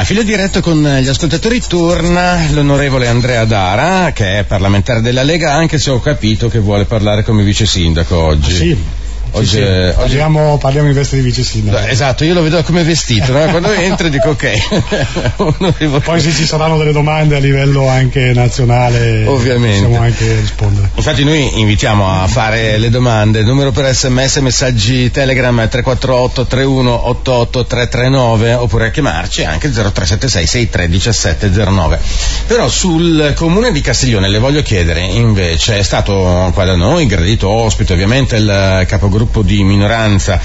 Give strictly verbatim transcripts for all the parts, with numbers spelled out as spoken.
A filo diretto con gli ascoltatori torna l'onorevole Andrea Dara, che è parlamentare della Lega, anche se ho capito che vuole parlare come vice sindaco oggi. Sì. Oggi, sì, sì. Oggi... Parliamo, parliamo in veste di vice sindaco. Esatto, io lo vedo come vestito, no? Quando entro dico ok. Poi se ci saranno delle domande a livello anche nazionale, ovviamente possiamo anche rispondere. Infatti noi invitiamo a fare le domande. Il numero per sms, messaggi Telegram è tre quattro otto tre uno otto otto tre tre nove, oppure a chiamarci anche zero tre sette sei sei tre uno sette zero nove. Però sul comune di Castiglione le voglio chiedere invece, è stato qua da noi gradito ospite ovviamente il capogruppo di minoranza,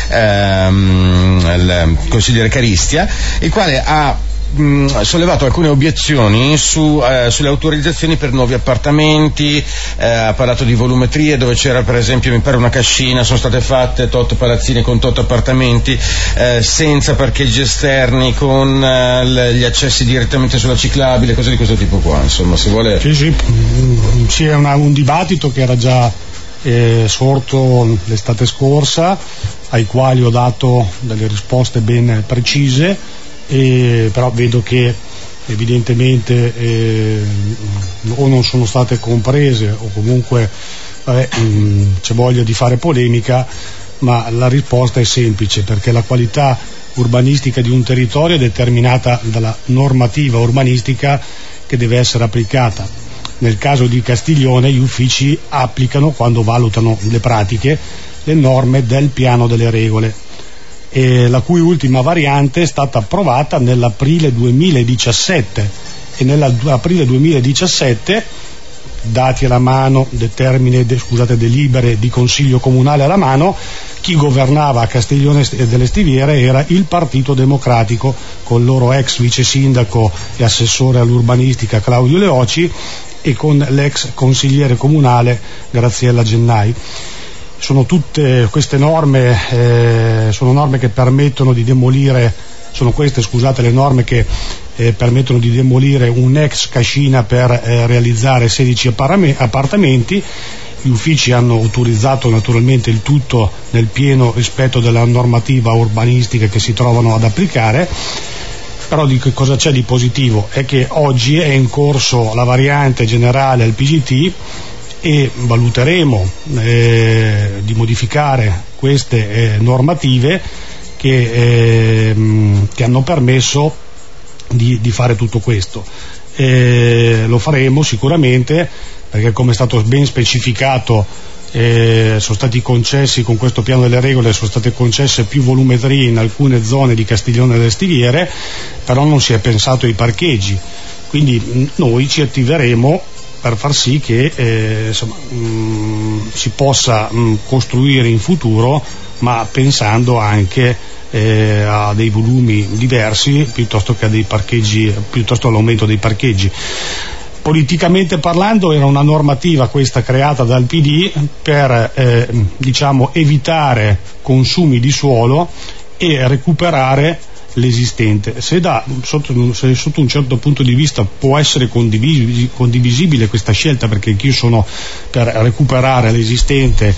ehm, il consigliere Caristia, il quale ha mh, sollevato alcune obiezioni su, eh, sulle autorizzazioni per nuovi appartamenti, eh, ha parlato di volumetrie dove c'era per esempio mi pare una cascina, sono state fatte tot palazzine con tot appartamenti, eh, senza parcheggi esterni, con eh, gli accessi direttamente sulla ciclabile, cose di questo tipo qua, insomma, se vuole. Sì, sì, c'è una, un dibattito che era già Eh, sorto l'estate scorsa, ai quali ho dato delle risposte ben precise, eh, però vedo che evidentemente eh, o non sono state comprese o comunque vabbè, mh, c'è voglia di fare polemica, ma la risposta è semplice, perché la qualità urbanistica di un territorio è determinata dalla normativa urbanistica che deve essere applicata. Nel caso di Castiglione gli uffici applicano, quando valutano le pratiche, le norme del piano delle regole, e la cui ultima variante è stata approvata nell'aprile duemiladiciassette, e nell'aprile duemiladiciassette, dati alla mano, determine, de, scusate, delibere di consiglio comunale alla mano, chi governava a Castiglione delle Stiviere era il Partito Democratico, con il loro ex vice sindaco e assessore all'urbanistica Claudio Leoci, e con l'ex consigliere comunale Graziella Gennai. Sono tutte queste norme, eh, sono norme che permettono di demolire, sono queste scusate le norme che eh, permettono di demolire un'ex cascina per eh, realizzare sedici appartamenti. Gli uffici hanno autorizzato naturalmente il tutto nel pieno rispetto della normativa urbanistica che si trovano ad applicare. Però di che cosa c'è di positivo? È che oggi è in corso la variante generale al P G T e valuteremo eh, di modificare queste eh, normative che, eh, che hanno permesso di, di fare tutto questo. Eh, lo faremo sicuramente perché, come è stato ben specificato, Eh, sono stati concessi con questo piano delle regole, sono state concesse più volumetrie in alcune zone di Castiglione delle Stiviere, però non si è pensato ai parcheggi, quindi mh, noi ci attiveremo per far sì che eh, insomma, mh, si possa mh, costruire in futuro, ma pensando anche eh, a dei volumi diversi piuttosto che a dei parcheggi, piuttosto all'aumento dei parcheggi. Politicamente parlando era una normativa questa creata dal P D per eh, diciamo evitare consumi di suolo e recuperare l'esistente. Se, da, sotto, se sotto un certo punto di vista può essere condivisi, condivisibile questa scelta, perché anch'io sono per recuperare l'esistente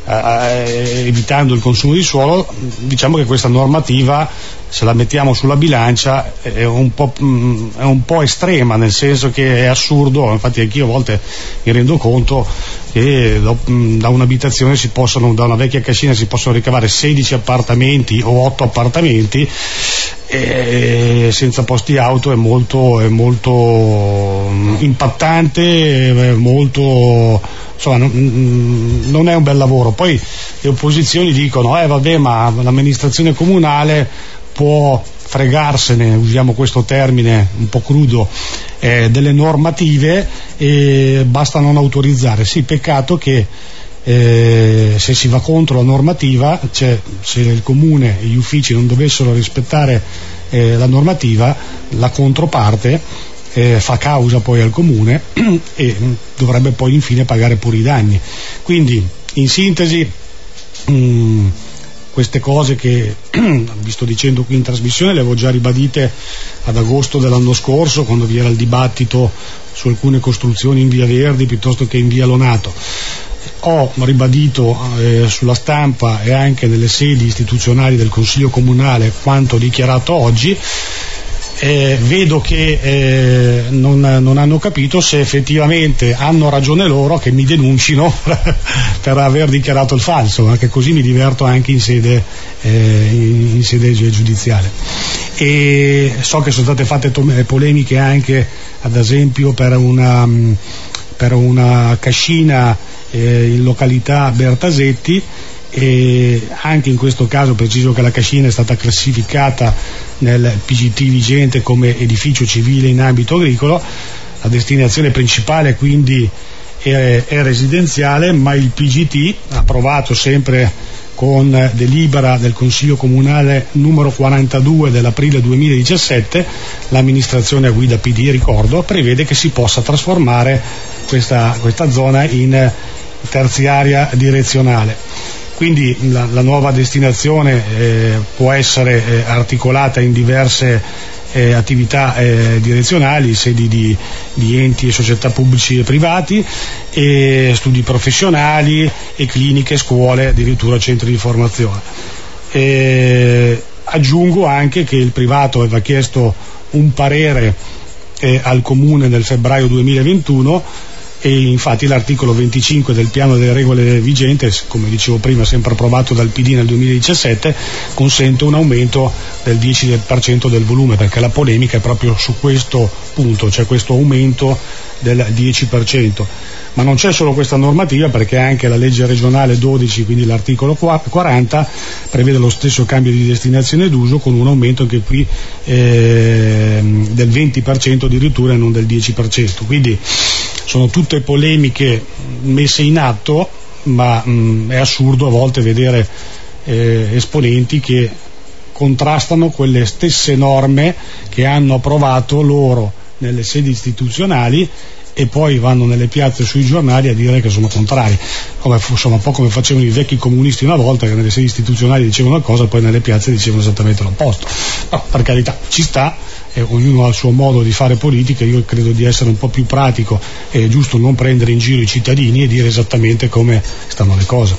eh, evitando il consumo di suolo, diciamo che questa normativa, se la mettiamo sulla bilancia, è un po', è un po' estrema, nel senso che è assurdo. Infatti anch'io a volte mi rendo conto che da un'abitazione si possono, da una vecchia cascina si possono ricavare sedici appartamenti o otto appartamenti e senza posti auto. È molto, è molto impattante, è molto, insomma, non è un bel lavoro. Poi le opposizioni dicono eh vabbè, ma l'amministrazione comunale può fregarsene, usiamo questo termine un po' crudo, eh, delle normative e basta non autorizzare. Sì, peccato che eh, se si va contro la normativa, cioè se il comune e gli uffici non dovessero rispettare eh, la normativa, la controparte eh, fa causa poi al comune e dovrebbe poi infine pagare pure i danni. Quindi in sintesi mh, queste cose che vi sto dicendo qui in trasmissione le avevo già ribadite ad agosto dell'anno scorso, quando vi era il dibattito su alcune costruzioni in via Verdi piuttosto che in via Lonato. Ho ribadito eh, sulla stampa e anche nelle sedi istituzionali del Consiglio Comunale quanto dichiarato oggi, Eh, vedo che eh, non, non hanno capito se effettivamente hanno ragione loro che mi denuncino per aver dichiarato il falso, perché così mi diverto anche in sede, eh, in, in sede giudiziale. E so che sono state fatte to- polemiche anche, ad esempio, per una, per una cascina eh, in località Bertasetti, e anche in questo caso preciso che la cascina è stata classificata nel P G T vigente come edificio civile in ambito agricolo. La destinazione principale quindi è, è residenziale, ma il P G T, approvato sempre con delibera del Consiglio Comunale numero quarantadue dell'aprile duemiladiciassette, l'amministrazione a guida P D, ricordo, prevede che si possa trasformare questa, questa zona in terziaria direzionale. Quindi la, la nuova destinazione eh, può essere eh, articolata in diverse eh, attività eh, direzionali, sedi di, di enti e società pubblici e privati, e studi professionali e cliniche, scuole, addirittura centri di formazione. E aggiungo anche che il privato aveva chiesto un parere eh, al Comune nel febbraio duemilaventuno, e infatti l'articolo venticinque del piano delle regole vigente, come dicevo prima sempre approvato dal P D nel duemiladiciassette, consente un aumento del dieci per cento del volume, perché la polemica è proprio su questo punto, cioè questo aumento del dieci per cento. Ma non c'è solo questa normativa, perché anche la legge regionale dodici, quindi l'articolo quaranta, prevede lo stesso cambio di destinazione d'uso con un aumento anche qui eh, del venti per cento addirittura e non del dieci per cento. Quindi sono tutte polemiche messe in atto, ma mh, è assurdo a volte vedere eh, esponenti che contrastano quelle stesse norme che hanno approvato loro nelle sedi istituzionali e poi vanno nelle piazze sui giornali a dire che sono contrari, come, insomma, un po' come facevano i vecchi comunisti una volta, che nelle sedi istituzionali dicevano una cosa e poi nelle piazze dicevano esattamente l'opposto. No, per carità, ci sta, e ognuno ha il suo modo di fare politica. Io credo di essere un po' più pratico, è giusto non prendere in giro i cittadini e dire esattamente come stanno le cose.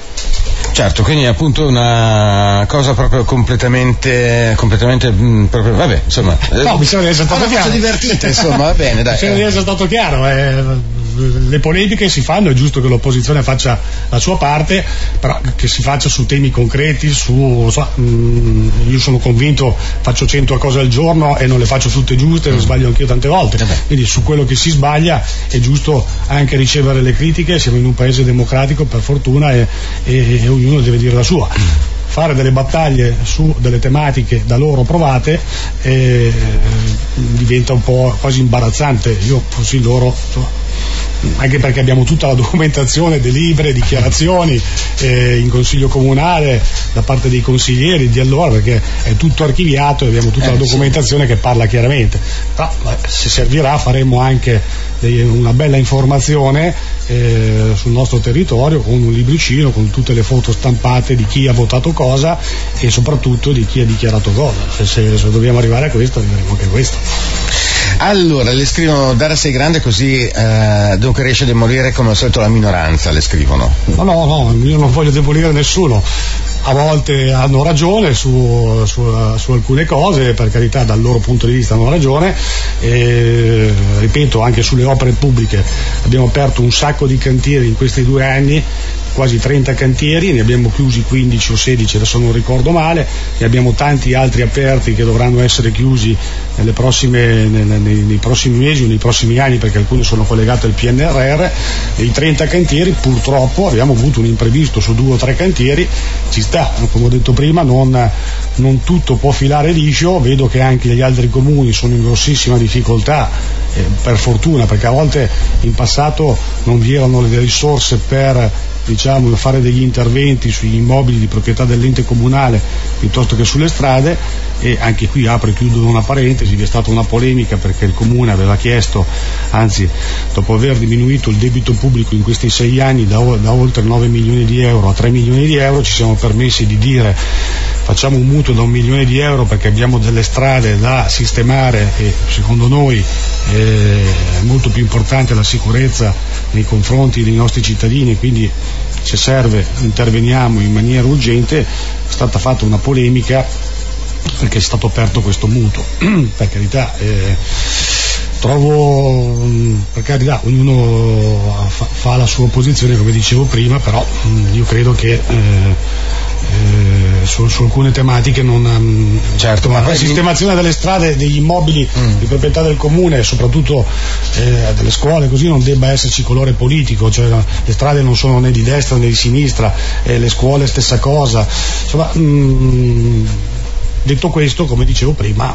Certo, quindi è appunto una cosa proprio completamente, completamente, mh, proprio, vabbè, insomma. No, mi sembra di essere stato chiaro. divertita, insomma, va bene, dai. Mi sembra di essere stato chiaro, eh. Le polemiche si fanno, è giusto che l'opposizione faccia la sua parte, però che si faccia su temi concreti, su, so, mh, io sono convinto, faccio cento cose al giorno e non le faccio tutte giuste, le sbaglio anch'io tante volte, quindi su quello che si sbaglia è giusto anche ricevere le critiche. Siamo in un paese democratico, per fortuna, e, e, e ognuno deve dire la sua. Fare delle battaglie su delle tematiche da loro provate eh, diventa un po' quasi imbarazzante. Io fossi loro, insomma, anche perché abbiamo tutta la documentazione, delibere, dichiarazioni eh, in consiglio comunale da parte dei consiglieri di allora, perché è tutto archiviato e abbiamo tutta eh, la documentazione sì, che parla chiaramente. Però se servirà faremo anche dei, una bella informazione eh, sul nostro territorio, con un libricino con tutte le foto stampate di chi ha votato cosa e soprattutto di chi ha dichiarato cosa. Se, se, se dobbiamo arrivare a questo, arriveremo anche a questo. Allora, le scrivono: Dara sei grande così eh, dunque riesce a demolire come al solito la minoranza, le scrivono. No, no, no, io non voglio demolire nessuno. A volte hanno ragione su, su, su alcune cose, per carità, dal loro punto di vista hanno ragione, e, ripeto, anche sulle opere pubbliche abbiamo aperto un sacco di cantieri in questi due anni, quasi trenta cantieri, ne abbiamo chiusi quindici o sedici, adesso non ricordo male, ne abbiamo tanti altri aperti che dovranno essere chiusi nelle prossime, nei, nei, nei prossimi mesi o nei prossimi anni, perché alcuni sono collegati al P N R R. Dei trenta cantieri purtroppo abbiamo avuto un imprevisto su due o tre cantieri, ci sta, come ho detto prima, non, non tutto può filare liscio, vedo che anche gli altri comuni sono in grossissima difficoltà, eh, per fortuna, perché a volte in passato non vi erano le risorse per, diciamo, fare degli interventi sugli immobili di proprietà dell'ente comunale piuttosto che sulle strade. E anche qui apro e chiudo una parentesi, vi è stata una polemica perché il comune aveva chiesto, anzi dopo aver diminuito il debito pubblico in questi sei anni da, da oltre nove milioni di euro a tre milioni di euro, ci siamo permessi di dire facciamo un mutuo da un milione di euro perché abbiamo delle strade da sistemare e secondo noi è molto più importante la sicurezza nei confronti dei nostri cittadini, quindi se serve interveniamo in maniera urgente. È stata fatta una polemica perché è stato aperto questo mutuo. Per carità, eh, trovo, per carità, ognuno fa, fa la sua posizione, come dicevo prima, però io credo che eh, Eh, su, su alcune tematiche non um, certo, ma la sistemazione delle strade, degli immobili mm. di proprietà del comune, soprattutto eh, delle scuole, così non debba esserci colore politico, cioè le strade non sono né di destra né di sinistra, eh, le scuole stessa cosa, insomma, mh, detto questo, come dicevo prima,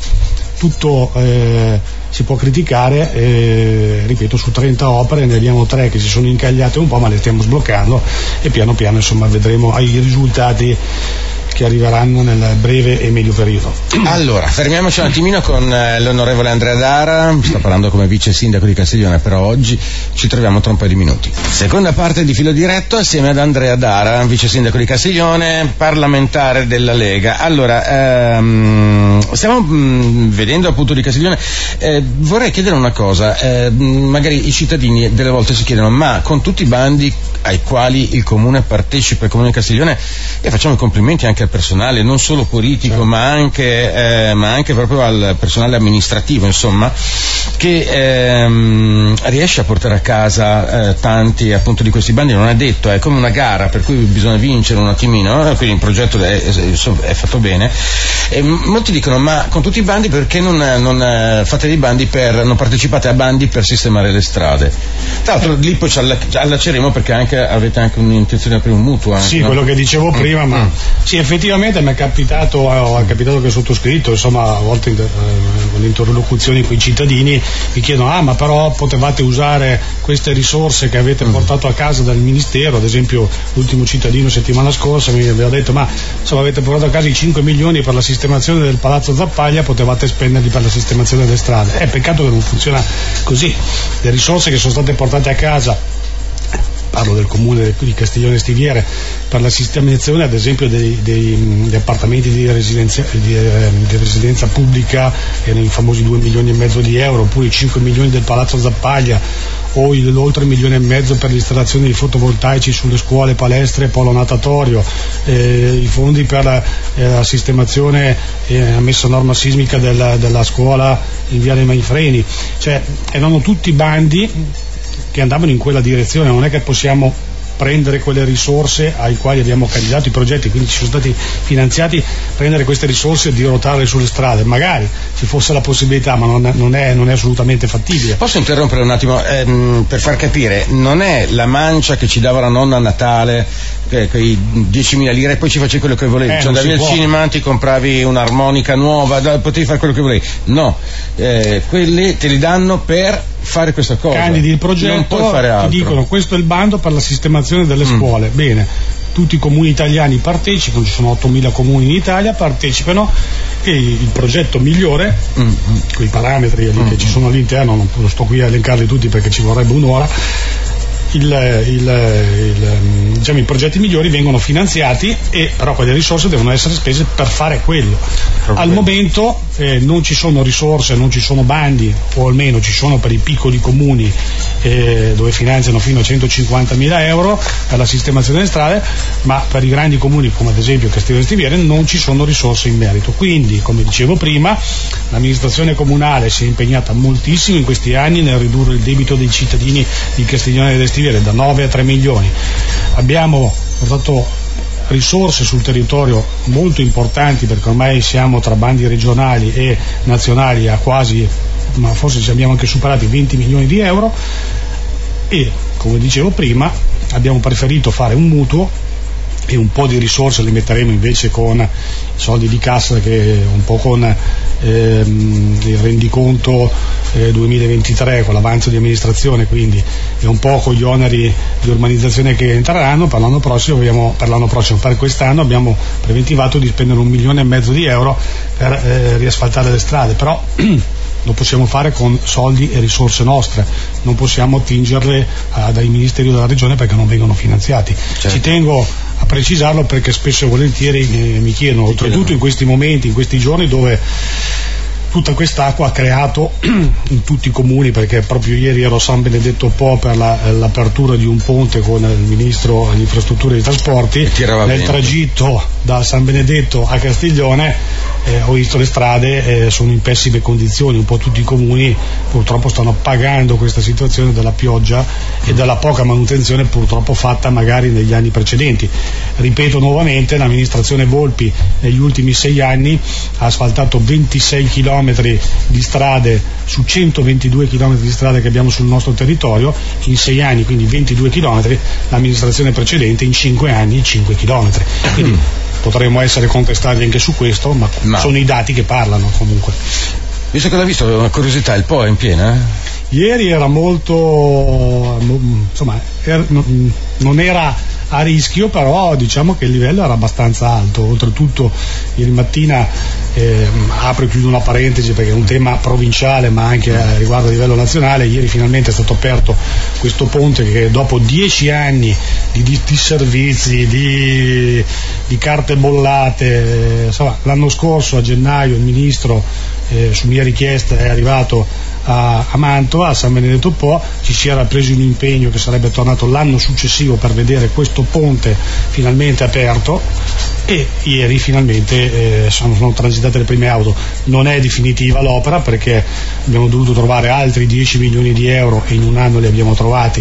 tutto eh, si può criticare, eh, ripeto, su trenta opere ne abbiamo tre che si sono incagliate un po', ma le stiamo sbloccando e piano piano insomma vedremo i risultati che arriveranno nel breve e medio periodo. Allora, fermiamoci un attimino con eh, l'onorevole Andrea Dara, sto parlando come vice sindaco di Castiglione, però oggi ci troviamo tra un paio di minuti. Seconda parte di Filo Diretto assieme ad Andrea Dara, vice sindaco di Castiglione, parlamentare della Lega. Allora, ehm, stiamo mh, vedendo appunto di Castiglione, eh, vorrei chiedere una cosa, eh, magari i cittadini delle volte si chiedono, ma con tutti i bandi ai quali il comune partecipa, il comune di Castiglione, e facciamo i complimenti anche al personale, non solo politico, certo. ma, anche, eh, ma anche proprio al personale amministrativo, insomma, che ehm, riesce a portare a casa eh, tanti appunto di questi bandi. Non è detto, è come una gara per cui bisogna vincere un attimino, quindi il progetto è, è, è fatto bene. E molti dicono, ma con tutti i bandi perché non, non fate dei bandi per, non partecipate a bandi per sistemare le strade? Tra l'altro lì poi ci allacceremo perché anche, avete anche un'intenzione per un mutuo. Anche, sì, no? quello che dicevo prima, mm. ma sì, effettivamente mi è capitato, è capitato che sottoscritto, insomma, a volte eh, con le interlocuzioni con i cittadini mi chiedono, ah ma però potevate usare queste risorse che avete mm. portato a casa dal ministero, ad esempio l'ultimo cittadino settimana scorsa mi aveva detto, ma insomma avete portato a casa i cinque milioni per la sistemazione del Palazzo Zappaglia, potevate spenderli per la sistemazione delle strade. È peccato che non funziona così, le risorse che sono state portate a casa, parlo del comune di Castiglione Stiviere, per la sistemazione ad esempio dei, dei, degli appartamenti di residenza, di, eh, di residenza pubblica, erano i famosi due milioni e mezzo di euro, oppure i cinque milioni del Palazzo Zappaglia, o l'oltre milione e mezzo per l'installazione di fotovoltaici sulle scuole, palestre e polo natatorio, eh, i fondi per la, eh, la sistemazione e eh, la messa a norma sismica della, della scuola in Viale Mainfreni, cioè erano tutti bandi che andavano in quella direzione. Non è che possiamo prendere quelle risorse ai quali abbiamo candidato i progetti, quindi ci sono stati finanziati, prendere queste risorse e dirottarle sulle strade, magari ci fosse la possibilità, ma non è, non è, non è assolutamente fattibile. Posso interrompere un attimo ehm, per far capire, non è la mancia che ci dava la nonna a Natale, eh, quei diecimila lire e poi ci facevi quello che volevi, eh, cioè andavi al cinema, ti compravi un'armonica nuova, potevi fare quello che volevi, no, eh, quelli te li danno per fare questa cosa, candidi il progetto, non puoi fare altro. Ti dicono questo è il bando per la sistemazione delle mm. scuole, bene, tutti i comuni italiani partecipano, ci sono ottomila comuni in Italia, partecipano e il progetto migliore, mm. con i parametri mm. che ci sono all'interno, non sto qui a elencarli tutti perché ci vorrebbe un'ora, Il, il, il, diciamo, i progetti migliori vengono finanziati, e però quelle risorse devono essere spese per fare quello. Proprio al momento eh, non ci sono risorse, non ci sono bandi, o almeno ci sono per i piccoli comuni eh, dove finanziano fino a centocinquantamila euro per la sistemazione delle strade, ma per i grandi comuni come ad esempio Castiglione Stiviere non ci sono risorse in merito. Quindi, come dicevo prima, l'amministrazione comunale si è impegnata moltissimo in questi anni nel ridurre il debito dei cittadini di Castiglione del Stiviere da nove a tre milioni. Abbiamo portato risorse sul territorio molto importanti, perché ormai siamo tra bandi regionali e nazionali a quasi, ma forse ci abbiamo anche superati venti milioni di euro, e come dicevo prima abbiamo preferito fare un mutuo e un po' di risorse le metteremo invece con i soldi di cassa, che un po' con ehm, il rendiconto eh, duemilaventitré, con l'avanzo di amministrazione, quindi e un po' con gli oneri di urbanizzazione che entreranno per l'anno prossimo. Abbiamo, per l'anno prossimo, per quest'anno abbiamo preventivato di spendere un milione e mezzo di euro per eh, riasfaltare le strade, però lo possiamo fare con soldi e risorse nostre, non possiamo attingerle uh, dai ministeri della regione perché non vengono finanziati. Certo. Ci tengo a precisarlo perché spesso e volentieri eh, mi chiedono, oltretutto in questi momenti, in questi giorni dove tutta quest'acqua ha creato in tutti i comuni, perché proprio ieri ero a San Benedetto Po per la, l'apertura di un ponte con il ministro delle infrastrutture e dei trasporti, nel tragitto da San Benedetto a Castiglione eh, ho visto le strade eh, sono in pessime condizioni, un po' tutti i comuni purtroppo stanno pagando questa situazione della pioggia e della poca manutenzione purtroppo fatta magari negli anni precedenti. Ripeto nuovamente, l'amministrazione Volpi negli ultimi sei anni ha asfaltato ventisei chilometri di strade su centoventidue chilometri di strade che abbiamo sul nostro territorio, in sei anni quindi ventidue chilometri, l'amministrazione precedente in cinque anni cinque chilometri. Quindi potremmo essere contestati anche su questo, ma no, sono i dati che parlano comunque. Visto che l'ha visto, una curiosità, il Po è in piena? Eh? Ieri era molto, insomma, er, non era a rischio, però diciamo che il livello era abbastanza alto. Oltretutto ieri mattina eh, apro e chiudo una parentesi perché è un tema provinciale ma anche eh, riguardo a livello nazionale. Ieri finalmente è stato aperto questo ponte che dopo dieci anni di, di, di servizi, di, di carte bollate, eh, insomma, l'anno scorso a gennaio il ministro eh, su mia richiesta è arrivato a, a Mantova, a San Benedetto Po, ci si era preso un impegno che sarebbe tornato l'anno successivo per vedere questo ponte finalmente aperto e ieri finalmente eh, sono, sono transitate le prime auto. Non è definitiva l'opera perché abbiamo dovuto trovare altri dieci milioni di euro e in un anno li abbiamo trovati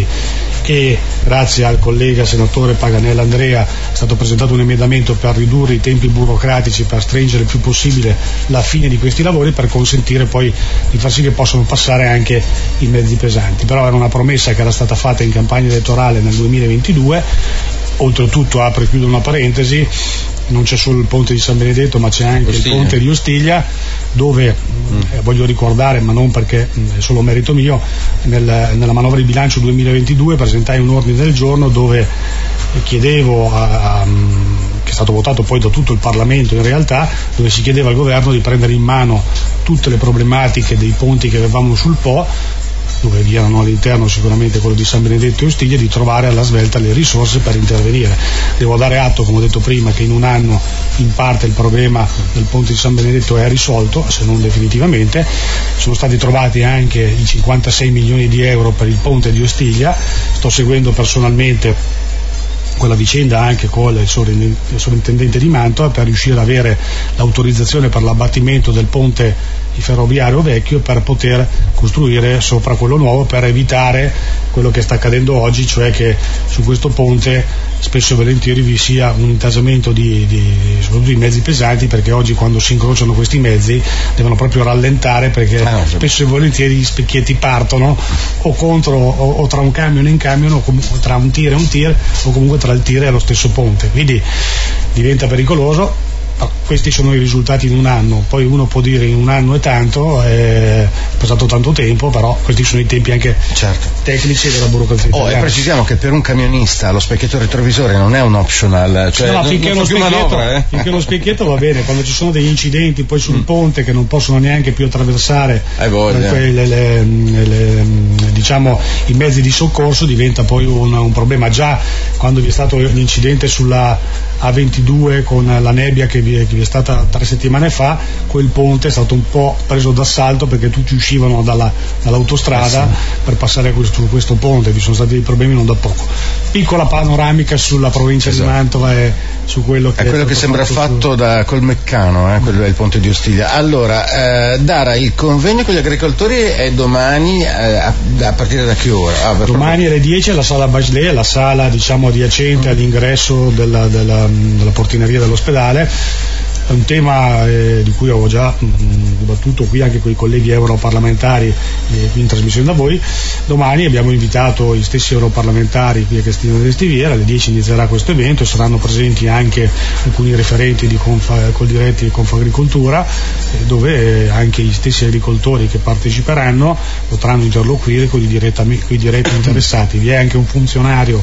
e grazie al collega senatore Paganella Andrea è stato presentato un emendamento per ridurre i tempi burocratici, per stringere il più possibile la fine di questi lavori, per consentire poi di far sì che possano passare anche i mezzi pesanti. Però era una promessa che era stata fatta in campagna elettorale nel duemilaventidue. Oltretutto apro e chiudo una parentesi, non c'è solo il ponte di San Benedetto ma c'è anche Ostiglia. Il ponte di Ostiglia dove mm. eh, voglio ricordare, ma non perché mh, è solo merito mio, nel, nella manovra di bilancio duemilaventidue presentai un ordine del giorno dove chiedevo a, a, che è stato votato poi da tutto il Parlamento in realtà, dove si chiedeva al governo di prendere in mano tutte le problematiche dei ponti che avevamo sul Po, dove vi erano all'interno sicuramente quello di San Benedetto e Ostiglia, di trovare alla svelta le risorse per intervenire. Devo dare atto, come ho detto prima, che in un anno in parte il problema del ponte di San Benedetto è risolto, se non definitivamente. Sono stati trovati anche i cinquantasei milioni di euro per il ponte di Ostiglia. Sto seguendo personalmente quella vicenda anche con il sovrintendente di Mantova per riuscire ad avere l'autorizzazione per l'abbattimento del ponte ferroviario vecchio per poter costruire sopra quello nuovo, per evitare quello che sta accadendo oggi, cioè che su questo ponte spesso e volentieri vi sia un intasamento di, di soprattutto di mezzi pesanti, perché oggi quando si incrociano questi mezzi devono proprio rallentare perché ah, spesso e volentieri gli specchietti partono o contro o, o tra un camion e un camion o comunque tra un tir e un tir o comunque tra il tir e lo stesso ponte, quindi diventa pericoloso. Questi sono i risultati in un anno, poi uno può dire in un anno è tanto, è passato tanto tempo, però questi sono i tempi anche certo. tecnici della burocrazia. Oh, e precisiamo che per un camionista lo specchietto retrovisore non è un optional, cioè no, no, finché, non uno specchietto, manovra, eh? finché uno specchietto va bene, quando ci sono degli incidenti poi sul mm. ponte che non possono neanche più attraversare le, le, le, le, diciamo i mezzi di soccorso, diventa poi un, un problema. Già quando vi è stato l'incidente sulla A ventidue con la nebbia che vi, è, che vi è stata tre settimane fa, quel ponte è stato un po' preso d'assalto perché tutti uscivano dalla, dall'autostrada eh sì. per passare a questo, questo ponte, vi sono stati dei problemi non da poco. Piccola panoramica sulla provincia esatto. di Mantova e su quello che è quello che sembra fatto, fatto su... da col Meccano, eh, quello è il ponte di Ostiglia. Allora, eh, Dara, il convegno con gli agricoltori è domani, eh, a, a partire da che ora? Ah, domani alle dieci alla sala Bachelet, la sala diciamo adiacente mm. all'ingresso della, della, della portineria dell'ospedale. È un tema eh, di cui avevo già mh, dibattuto qui anche con i colleghi europarlamentari eh, qui in trasmissione da voi. Domani abbiamo invitato gli stessi europarlamentari qui a Castiglione delle Stiviere, alle dieci inizierà questo evento, saranno presenti anche alcuni referenti di Confa, Coldiretti e Confagricoltura, eh, dove eh, anche gli stessi agricoltori che parteciperanno potranno interloquire con i, con i diretti interessati. Vi è anche un funzionario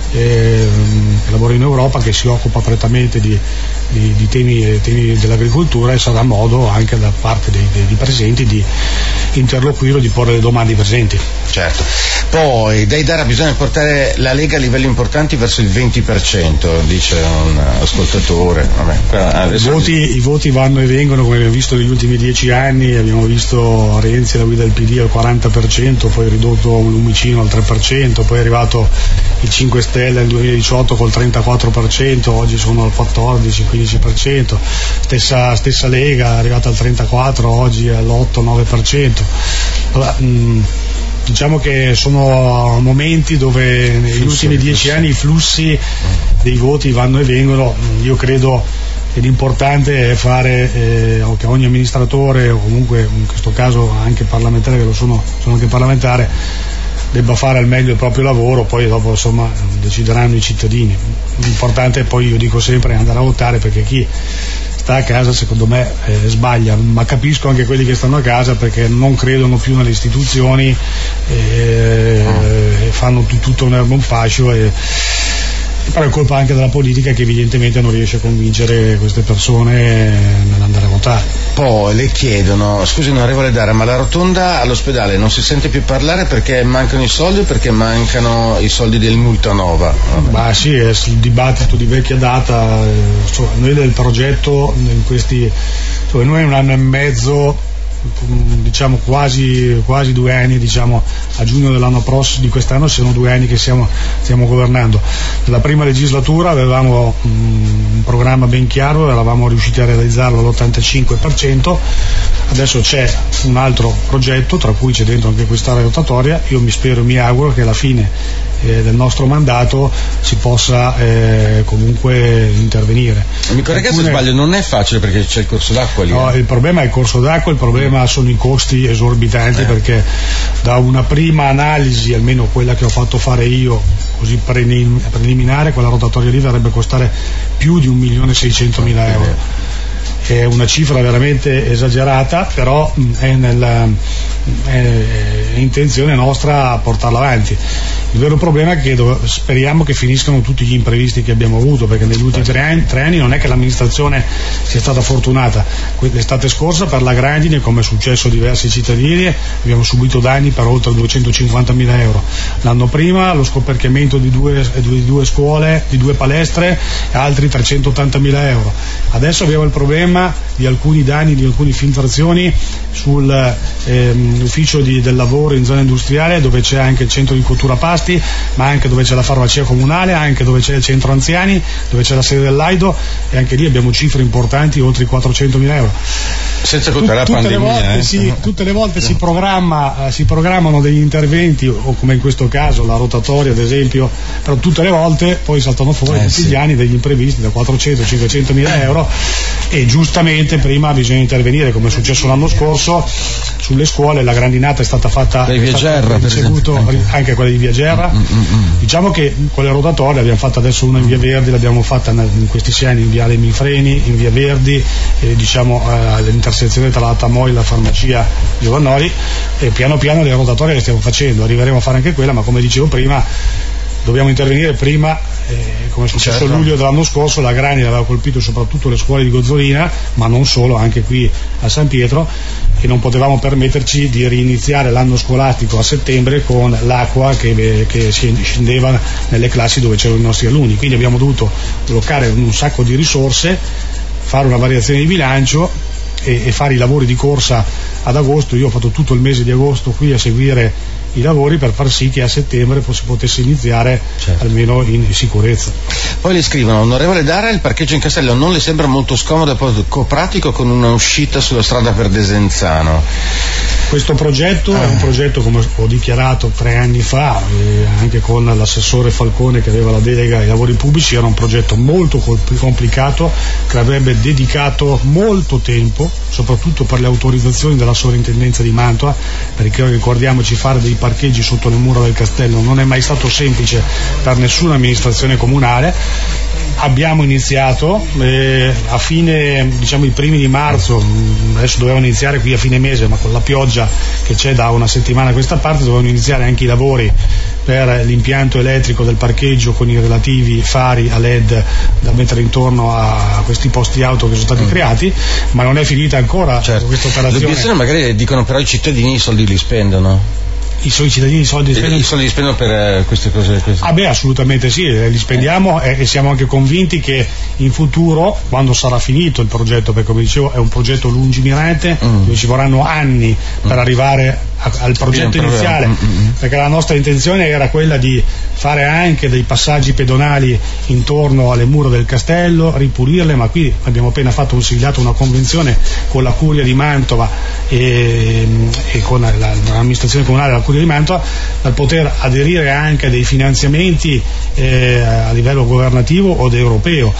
eh, che lavora in Europa che si occupa prettamente di, di, di temi, temi dell'agricoltura, e sarà modo anche da parte dei, dei presenti di interloquire o di porre le domande ai presenti. Certo. Poi dai Dara bisogna portare la Lega a livelli importanti verso il venti per cento, dice un ascoltatore. Vabbè, I, voti, I voti vanno e vengono, come abbiamo visto negli ultimi dieci anni. Abbiamo visto Renzi alla guida del P D al quaranta per cento, poi ridotto un lumicino al tre per cento, poi è arrivato il cinque Stelle nel duemiladiciotto col trentaquattro per cento, oggi sono al quattordici quindici per cento. Stessa, stessa Lega è arrivata al trentaquattro, oggi è all'otto nove per cento. Allora, mh, diciamo che sono momenti dove negli ultimi dieci anni i flussi dei voti vanno e vengono. Io credo che l'importante è fare eh, che ogni amministratore, o comunque in questo caso anche parlamentare, che lo sono, sono anche parlamentare, debba fare al meglio il proprio lavoro, poi dopo insomma decideranno i cittadini. L'importante è, poi io dico sempre, andare a votare, perché chi sta a casa secondo me eh, sbaglia, ma capisco anche quelli che stanno a casa perché non credono più nelle istituzioni e eh, fanno t- tutto un erbo un fascio, e però è colpa anche della politica che evidentemente non riesce a convincere queste persone nell'andare a votare. Poi le chiedono, scusi onorevole Dara, ma la rotonda all'ospedale non si sente più parlare perché mancano i soldi o perché mancano i soldi del Multanova? Ma sì, è il dibattito di vecchia data. Cioè, noi del progetto in questi, cioè noi in un anno e mezzo, diciamo quasi quasi due anni, diciamo a giugno dell'anno prossimo, di quest'anno, sono due anni che siamo, stiamo governando. Nella prima legislatura avevamo un programma ben chiaro, eravamo riusciti a realizzarlo all'ottantacinque per cento. Adesso c'è un altro progetto, tra cui c'è dentro anche quest'area rotatoria. Io mi spero e mi auguro che alla fine eh, del nostro mandato si possa eh, comunque intervenire. Mi corregga se sbaglio, non è facile perché c'è il corso d'acqua lì. No, eh. il problema è il corso d'acqua, il problema sono i costi esorbitanti, eh. perché da una prima analisi, almeno quella che ho fatto fare io, così preliminare, quella rotatoria lì dovrebbe costare più di un milione e seicentomila euro. È una cifra veramente esagerata, però è, nella, è, è intenzione nostra portarla avanti. Il vero problema è che do, speriamo che finiscano tutti gli imprevisti che abbiamo avuto, perché negli ultimi tre anni, tre anni non è che l'amministrazione sia stata fortunata. L'estate scorsa per la grandine, come è successo a diversi cittadini, abbiamo subito danni per oltre duecentocinquantamila euro. L'anno prima lo scoperchiamento di due, di due scuole, di due palestre, e altri trecentottantamila euro. Adesso abbiamo il problema di alcuni danni, di alcune filtrazioni sull'ufficio ehm, del lavoro in zona industriale, dove c'è anche il centro di cottura pasti, ma anche dove c'è la farmacia comunale, anche dove c'è il centro anziani, dove c'è la sede dell'Aido, e anche lì abbiamo cifre importanti, oltre i quattrocentomila euro. Senza contare la tutte pandemia. Le volte eh. si, tutte le volte si, programma, eh, si programmano degli interventi, o come in questo caso la rotatoria ad esempio, però tutte le volte poi saltano fuori eh, tutti sì. gli anni degli imprevisti da quattrocento cinquecentomila euro, e giustamente prima bisogna intervenire, come è successo l'anno scorso sulle scuole. La grandinata è stata fatta di Via Gerra, per esempio, anche. anche quella di Via Gerra. Mm, mm, mm. Diciamo che con le rotatorie abbiamo fatto adesso una in Via Verdi, l'abbiamo fatta in questi sei anni in Viale Minfreni, in Via Verdi, eh, diciamo eh, all'intersezione tra la Tamoi e la farmacia Giovannoli, e piano piano le rotatorie le stiamo facendo. Arriveremo a fare anche quella, ma come dicevo prima dobbiamo intervenire prima, eh, come è successo certo. a luglio dell'anno scorso. La grandine aveva colpito soprattutto le scuole di Gozzolina, ma non solo, anche qui a San Pietro, e non potevamo permetterci di riniziare l'anno scolastico a settembre con l'acqua che, che scendeva nelle classi dove c'erano i nostri alunni. Quindi abbiamo dovuto bloccare un sacco di risorse, fare una variazione di bilancio e, e fare i lavori di corsa ad agosto. Io ho fatto tutto il mese di agosto qui a seguire i lavori per far sì che a settembre si potesse iniziare, certo, almeno in sicurezza. Poi le scrivono: onorevole Dara, il parcheggio in Castello non le sembra molto scomodo e poco pratico con una uscita sulla strada per Desenzano? Questo progetto ah. è un progetto, come ho dichiarato tre anni fa, eh, anche con l'assessore Falcone che aveva la delega ai lavori pubblici. Era un progetto molto complicato che avrebbe dedicato molto tempo, soprattutto per le autorizzazioni della sovrintendenza di Mantova, perché ricordiamoci, fare dei parcheggi sotto le mura del castello non è mai stato semplice per nessuna amministrazione comunale. Abbiamo iniziato eh, a fine, diciamo i primi di marzo, adesso dovevano iniziare qui a fine mese, ma con la pioggia che c'è da una settimana a questa parte dovevano iniziare anche i lavori per l'impianto elettrico del parcheggio con i relativi fari a led da mettere intorno a questi posti auto che sono stati mm. creati, ma non è finita ancora, certo, questa operazione. L'obiezione magari dicono però i cittadini i soldi li spendono. I suoi cittadini i soldi spendono? I soldi li spendono per eh, queste cose? Queste. Ah beh, assolutamente sì, li spendiamo eh. e, e siamo anche convinti che in futuro, quando sarà finito il progetto, perché come dicevo è un progetto lungimirante, mm. dove ci vorranno anni mm. per arrivare a, al progetto iniziale, mm, mm. perché la nostra intenzione era quella di fare anche dei passaggi pedonali intorno alle mura del castello, ripulirle, ma qui abbiamo appena fatto un siglato una convenzione con la Curia di Mantova e, e con la, l'amministrazione comunale della Curia di Mantova per poter aderire anche a dei finanziamenti eh, a livello governativo o europeo.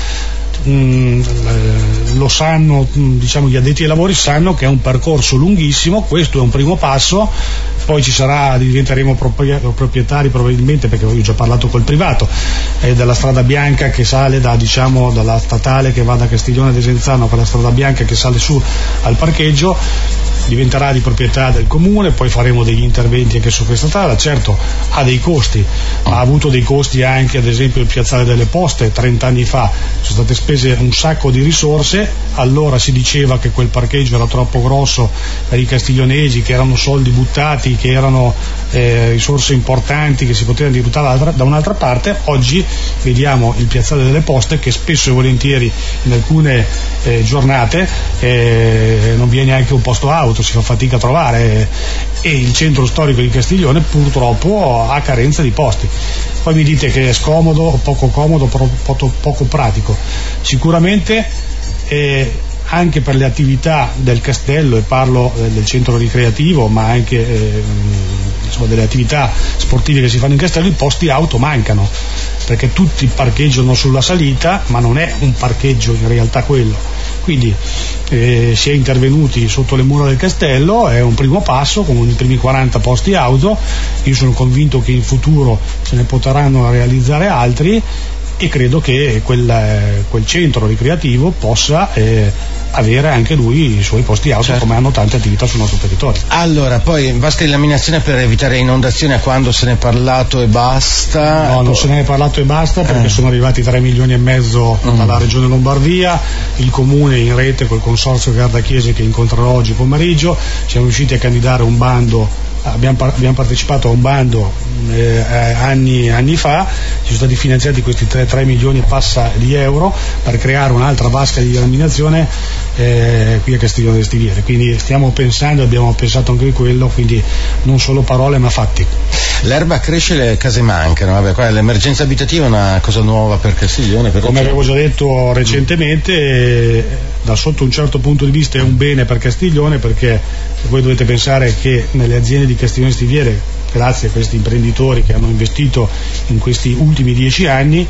Mm, lo sanno, diciamo, gli addetti ai lavori sanno che è un percorso lunghissimo, questo è un primo passo, poi ci sarà, diventeremo proprietari probabilmente, perché ho già parlato col privato, eh, della strada bianca che sale da, diciamo, dalla statale che va da Castiglione a Desenzano, quella strada bianca che sale su al parcheggio diventerà di proprietà del comune, poi faremo degli interventi anche su questa strada. Certo ha dei costi, ma ha avuto dei costi anche ad esempio il piazzale delle poste. Trenta anni fa sono state spese un sacco di risorse, allora si diceva che quel parcheggio era troppo grosso per i castiglionesi, che erano soldi buttati, che erano eh, risorse importanti che si potevano buttare da un'altra parte. Oggi vediamo il piazzale delle poste che spesso e volentieri in alcune eh, giornate eh, non viene neanche un posto auto, si fa fatica a trovare, e il centro storico di Castiglione purtroppo ha carenza di posti. Poi mi dite che è scomodo o poco comodo, poco, poco pratico. Sicuramente eh, anche per le attività del castello, e parlo eh, del centro ricreativo, ma anche eh, insomma, delle attività sportive che si fanno in castello, i posti auto mancano, perché tutti parcheggiano sulla salita, ma non è un parcheggio in realtà quello. Quindi eh, si è intervenuti sotto le mura del castello, è un primo passo con i primi quaranta posti auto. Io sono convinto che in futuro se ne potranno realizzare altri, e credo che quel, quel centro ricreativo possa eh, avere anche lui i suoi posti auto, certo, come hanno tante attività sul nostro territorio. Allora, poi basta illuminazione per evitare inondazioni, a quando se ne è parlato e basta? No, non se ne è parlato e basta, perché eh. sono arrivati tre milioni e mezzo mm. dalla regione Lombardia, il comune in rete col consorzio Gardachiese che incontrerò oggi pomeriggio, siamo riusciti a candidare un bando. Abbiamo, par- abbiamo partecipato a un bando eh, anni, anni fa, ci sono stati finanziati questi tre milioni e passa di euro per creare un'altra vasca di illuminazione eh, qui a Castiglione delle Stiviere, quindi stiamo pensando, abbiamo pensato anche di quello, quindi non solo parole ma fatti. L'erba cresce, le case mancano, vabbè, qua l'emergenza abitativa è una cosa nuova per Castiglione. Per Come avevo già detto recentemente, eh, da sotto un certo punto di vista è un bene per Castiglione, perché voi dovete pensare che nelle aziende di Castiglione Stiviere, grazie a questi imprenditori che hanno investito in questi ultimi dieci anni,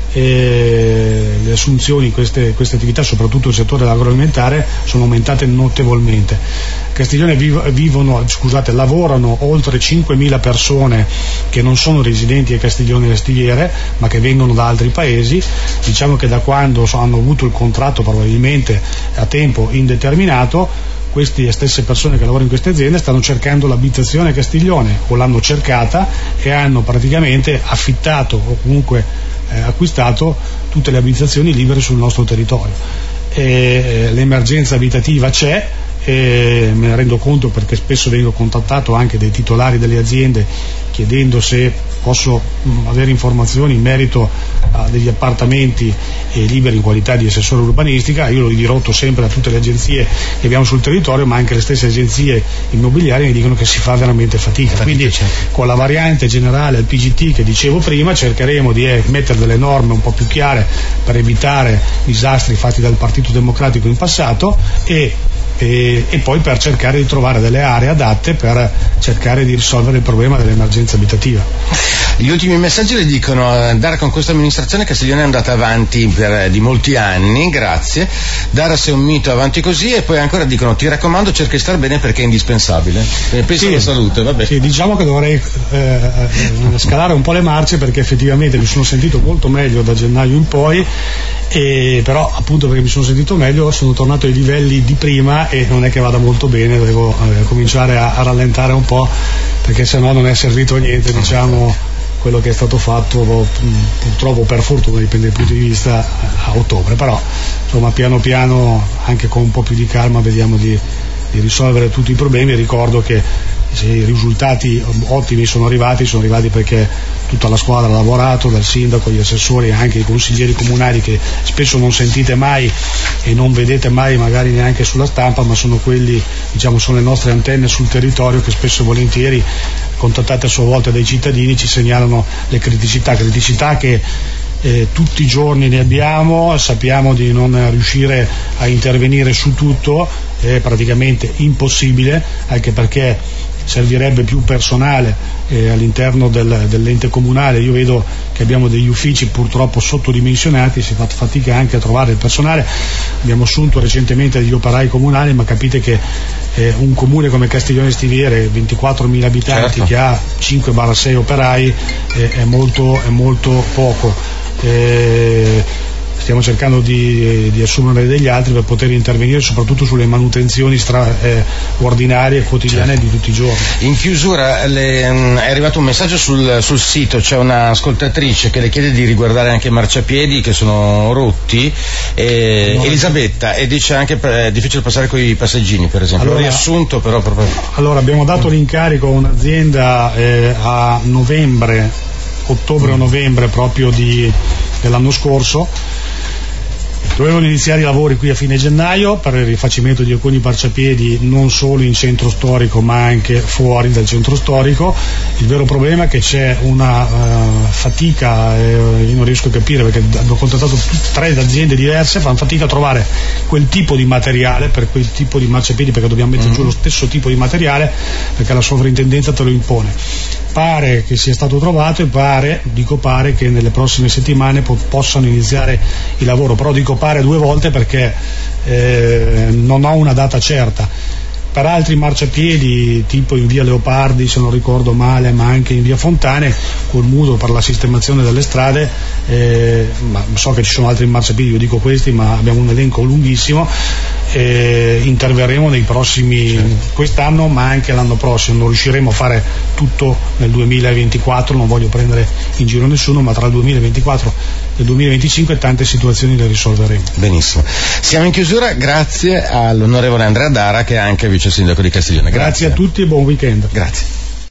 e le assunzioni in queste, queste attività, soprattutto il settore agroalimentare, sono aumentate notevolmente. A Castiglione viv- vivono, scusate, lavorano oltre cinquemila persone che non sono residenti a Castiglione delle Stiviere, ma che vengono da altri paesi. Diciamo che da quando hanno avuto il contratto, probabilmente a tempo indeterminato, queste stesse persone che lavorano in queste aziende stanno cercando l'abitazione a Castiglione, o l'hanno cercata e hanno praticamente affittato o comunque eh, acquistato tutte le abitazioni libere sul nostro territorio. E, eh, l'emergenza abitativa c'è, e me ne rendo conto perché spesso vengo contattato anche dai titolari delle aziende chiedendo se posso mh, avere informazioni in merito a degli appartamenti eh, liberi in qualità di assessore urbanistica. Io lo dirotto sempre a tutte le agenzie che abbiamo sul territorio, ma anche le stesse agenzie immobiliari mi dicono che si fa veramente fatica. Quindi con la variante generale al P G T che dicevo prima cercheremo di eh, mettere delle norme un po' più chiare per evitare disastri fatti dal Partito Democratico in passato, e E, e poi per cercare di trovare delle aree adatte per cercare di risolvere il problema dell'emergenza abitativa. Gli ultimi messaggi le dicono: Dara, con questa amministrazione Castiglione è andata avanti per di molti anni, grazie. Dara, sei un mito, avanti così. E poi ancora dicono: ti raccomando, cerca di star bene perché è indispensabile. Penso alla salute, vabbè. Sì, diciamo che dovrei eh, scalare un po' le marce, perché effettivamente mi sono sentito molto meglio da gennaio in poi, e però appunto perché mi sono sentito meglio sono tornato ai livelli di prima, e non è che vada molto bene, devo eh, cominciare a, a rallentare un po', perché sennò non è servito a niente, diciamo, quello che è stato fatto, purtroppo, per fortuna, dipende dai punti di vista, a ottobre. Però insomma piano piano, anche con un po' più di calma, vediamo di, di risolvere tutti i problemi. Ricordo che se i risultati ottimi sono arrivati, sono arrivati perché tutta la squadra ha lavorato, dal sindaco, gli assessori e anche i consiglieri comunali che spesso non sentite mai e non vedete mai magari neanche sulla stampa, ma sono quelli, diciamo, sono le nostre antenne sul territorio che spesso e volentieri, contattate a sua volta dai cittadini, ci segnalano le criticità, criticità che Eh, tutti i giorni ne abbiamo, sappiamo di non riuscire a intervenire su tutto, è praticamente impossibile, anche perché servirebbe più personale eh, all'interno del, dell'ente comunale. Io vedo che abbiamo degli uffici purtroppo sottodimensionati, si fa fatica anche a trovare il personale. Abbiamo assunto recentemente degli operai comunali, ma capite che eh, un comune come Castiglione Stiviere, ventiquattromila abitanti, certo, che ha cinque sei operai, eh, è molto, è molto poco. Eh, stiamo cercando di, di assumere degli altri per poter intervenire soprattutto sulle manutenzioni stra, eh, ordinarie e quotidiane, certo, di tutti i giorni. In chiusura le, è arrivato un messaggio sul, sul sito, c'è un'ascoltatrice che le chiede di riguardare anche i marciapiedi che sono rotti, eh, no, Elisabetta, e dice anche che è difficile passare con i passeggini, per esempio. Allora, riassunto però proprio... allora abbiamo dato l'incarico a un'azienda eh, a novembre ottobre o novembre proprio di, dell'anno scorso. Dovevano iniziare i lavori qui a fine gennaio per il rifacimento di alcuni marciapiedi non solo in centro storico ma anche fuori dal centro storico. Il vero problema è che c'è una uh, fatica, eh, io non riesco a capire perché abbiamo contattato tre aziende diverse, fanno fatica a trovare quel tipo di materiale per quel tipo di marciapiedi, perché dobbiamo mettere mm-hmm. giù lo stesso tipo di materiale perché la sovrintendenza te lo impone. Pare che sia stato trovato e pare, dico pare, che nelle prossime settimane po- possano iniziare il lavoro, però dico pare due volte perché eh, non ho una data certa. Per altri marciapiedi, tipo in via Leopardi, se non ricordo male, ma anche in via Fontane, col mutuo per la sistemazione delle strade, eh, ma so che ci sono altri marciapiedi, io dico questi, ma abbiamo un elenco lunghissimo, eh, interverremo nei prossimi, certo, quest'anno ma anche l'anno prossimo. Non riusciremo a fare tutto nel duemilaventiquattro, non voglio prendere in giro nessuno, ma tra il duemilaventiquattro e il duemilaventicinque tante situazioni le risolveremo. Benissimo. Siamo in chiusura, grazie all'onorevole Andrea Dara che è anche vice sindaco di Castiglione. Grazie, grazie a tutti e buon weekend. Grazie.